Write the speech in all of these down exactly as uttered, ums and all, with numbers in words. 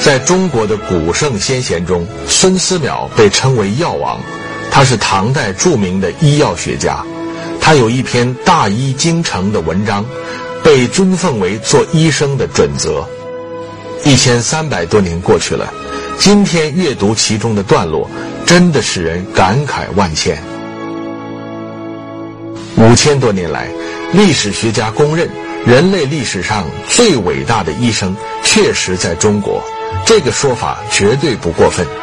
在中国的古圣先贤中，孙思邈被称为药王，他是唐代著名的医药学家。他有一篇大医精诚的文章，被尊奉为做医生的准则。一千三百多年过去了，今天阅读其中的段落，真的使人感慨万千。五千多年来，历史学家公认，人类历史上最伟大的医生确实在中国，这个说法绝对不过分。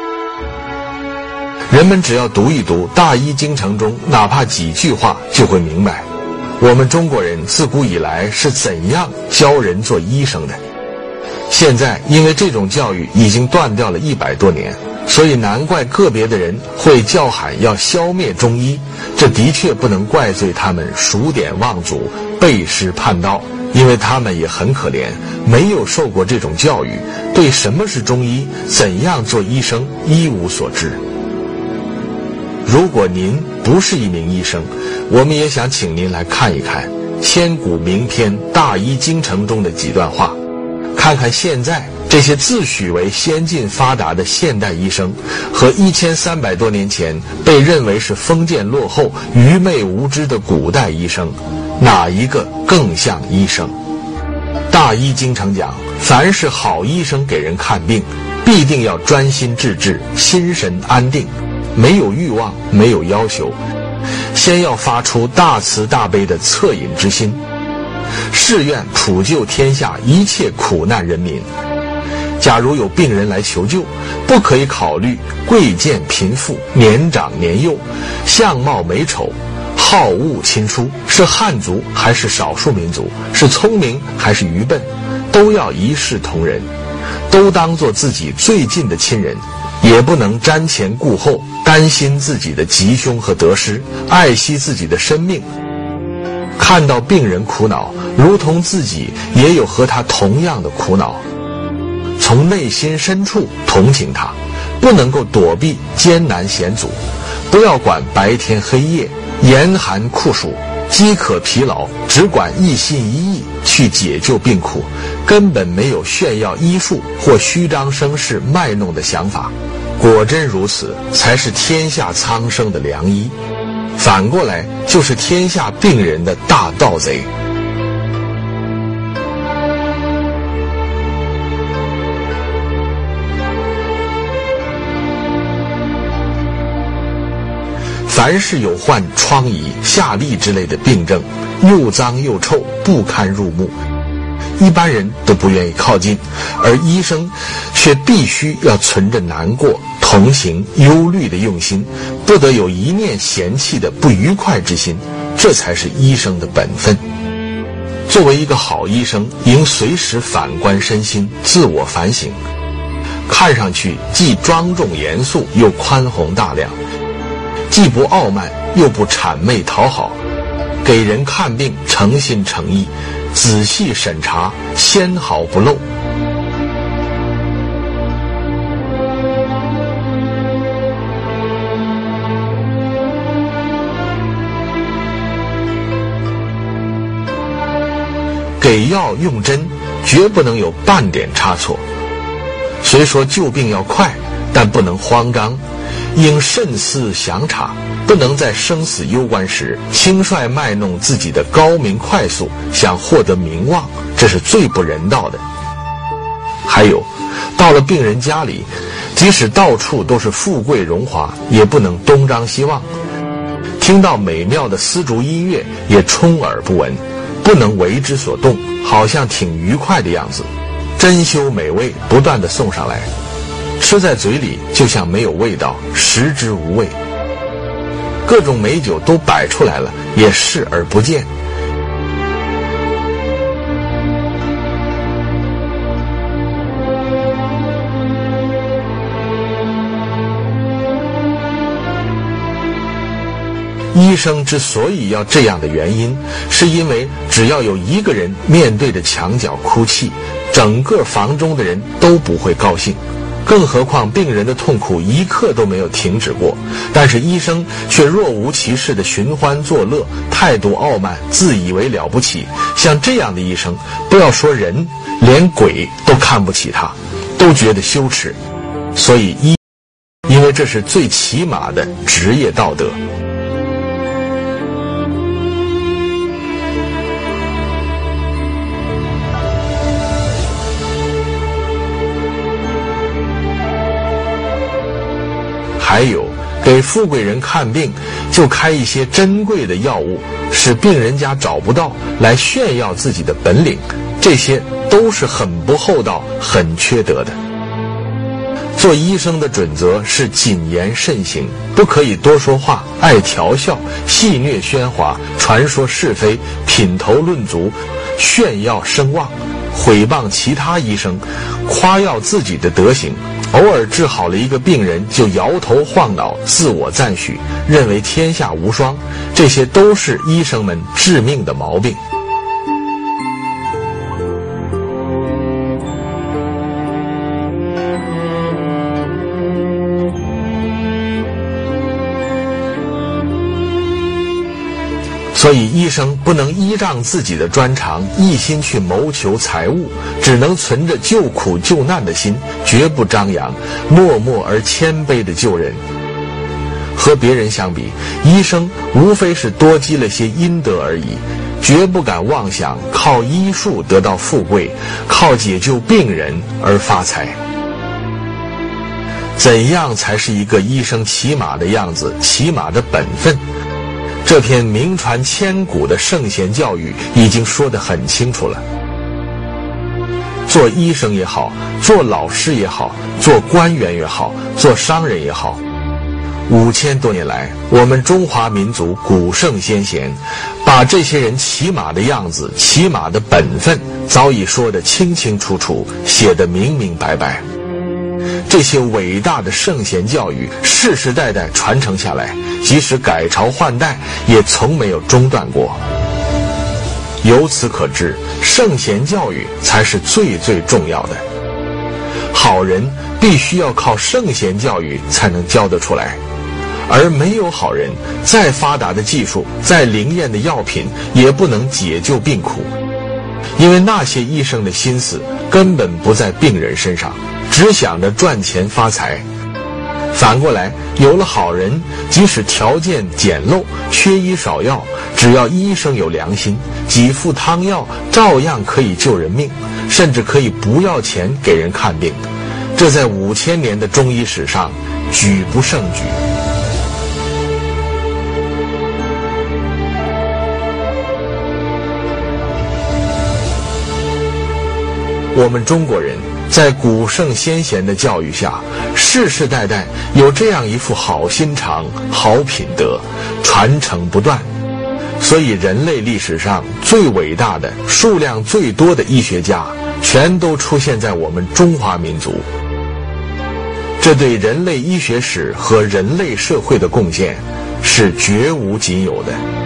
人们只要读一读《大医精诚》中哪怕几句话，就会明白，我们中国人自古以来是怎样教人做医生的。现在因为这种教育已经断掉了一百多年，所以难怪个别的人会叫喊要消灭中医，这的确不能怪罪他们数典忘祖、背诗叛道，因为他们也很可怜，没有受过这种教育，对什么是中医、怎样做医生一无所知。如果您不是一名医生，我们也想请您来看一看千古名篇《大医精诚》中的几段话，看看现在这些自诩为先进发达的现代医生和一千三百多年前被认为是封建落后、愚昧无知的古代医生，哪一个更像医生？大医精诚讲，凡是好医生给人看病，必定要专心致志，心神安定，没有欲望，没有要求，先要发出大慈大悲的恻隐之心，誓愿普救天下一切苦难人民。假如有病人来求救，不可以考虑贵贱贫富、年长年幼、相貌美丑、好恶亲疏，是汉族还是少数民族，是聪明还是愚笨，都要一视同仁，都当作自己最近的亲人，也不能瞻前顾后，担心自己的吉凶和得失，爱惜自己的生命。看到病人苦恼，如同自己也有和他同样的苦恼，从内心深处同情他，不能够躲避艰难险阻，不要管白天黑夜、严寒酷暑、饥渴疲劳，只管一心一意去解救病苦，根本没有炫耀医术或虚张声势卖弄的想法。果真如此，才是天下苍生的良医，反过来就是天下病人的大盗贼。凡是有患疮痍、下痢之类的病症，又脏又臭，不堪入目，一般人都不愿意靠近，而医生却必须要存着难过、同情、忧虑的用心，不得有一念嫌弃的不愉快之心，这才是医生的本分。作为一个好医生，应随时反观身心，自我反省，看上去既庄重严肃，又宽宏大量，既不傲慢，又不谄媚讨好，给人看病诚心诚意，仔细审查，纤毫不漏。给药用针，绝不能有半点差错。虽说救病要快，但不能慌张，应慎思详查，不能在生死攸关时轻率卖弄自己的高明快速，想获得名望，这是最不人道的。还有，到了病人家里，即使到处都是富贵荣华，也不能东张西望，听到美妙的丝竹音乐也充耳不闻，不能为之所动，好像挺愉快的样子。珍馐美味不断地送上来，吃在嘴里就像没有味道，食之无味。各种美酒都摆出来了，也视而不见。医生之所以要这样的原因，是因为只要有一个人面对着墙角哭泣，整个房中的人都不会高兴。更何况病人的痛苦一刻都没有停止过，但是医生却若无其事的寻欢作乐，态度傲慢，自以为了不起。像这样的医生，不要说人，连鬼都看不起他， 都觉得羞耻，所以医，因为这是最起码的职业道德。还有，给富贵人看病，就开一些珍贵的药物，使病人家找不到，来炫耀自己的本领，这些都是很不厚道、很缺德的。做医生的准则是谨言慎行，不可以多说话、爱调笑、戏谑喧哗、传说是非、品头论足、炫耀声望、毁谤其他医生、夸耀自己的德行。偶尔治好了一个病人，就摇头晃脑、自我赞许，认为天下无双，这些都是医生们致命的毛病。所以医生不能依仗自己的专长，一心去谋求财物，只能存着救苦救难的心，绝不张扬，默默而谦卑地救人。和别人相比，医生无非是多积了些阴德而已，绝不敢妄想靠医术得到富贵，靠解救病人而发财。怎样才是一个医生起码的样子，起码的本分？这篇名传千古的圣贤教育已经说得很清楚了。做医生也好，做老师也好，做官员也好，做商人也好，五千多年来，我们中华民族古圣先贤把这些人起码的样子、起码的本分早已说得清清楚楚，写得明明白白。这些伟大的圣贤教育世世代代传承下来，即使改朝换代也从没有中断过。由此可知，圣贤教育才是最最重要的。好人必须要靠圣贤教育才能教得出来，而没有好人，再发达的技术，再灵验的药品也不能解救病苦，因为那些医生的心思根本不在病人身上，只想着赚钱发财。反过来，有了好人，即使条件简陋，缺医少药，只要医生有良心，几副汤药照样可以救人命，甚至可以不要钱给人看病。这在五千年的中医史上举不胜举。我们中国人在古圣先贤的教育下，世世代代有这样一副好心肠、好品德，传承不断。所以人类历史上最伟大的、数量最多的医学家，全都出现在我们中华民族。这对人类医学史和人类社会的贡献，是绝无仅有的。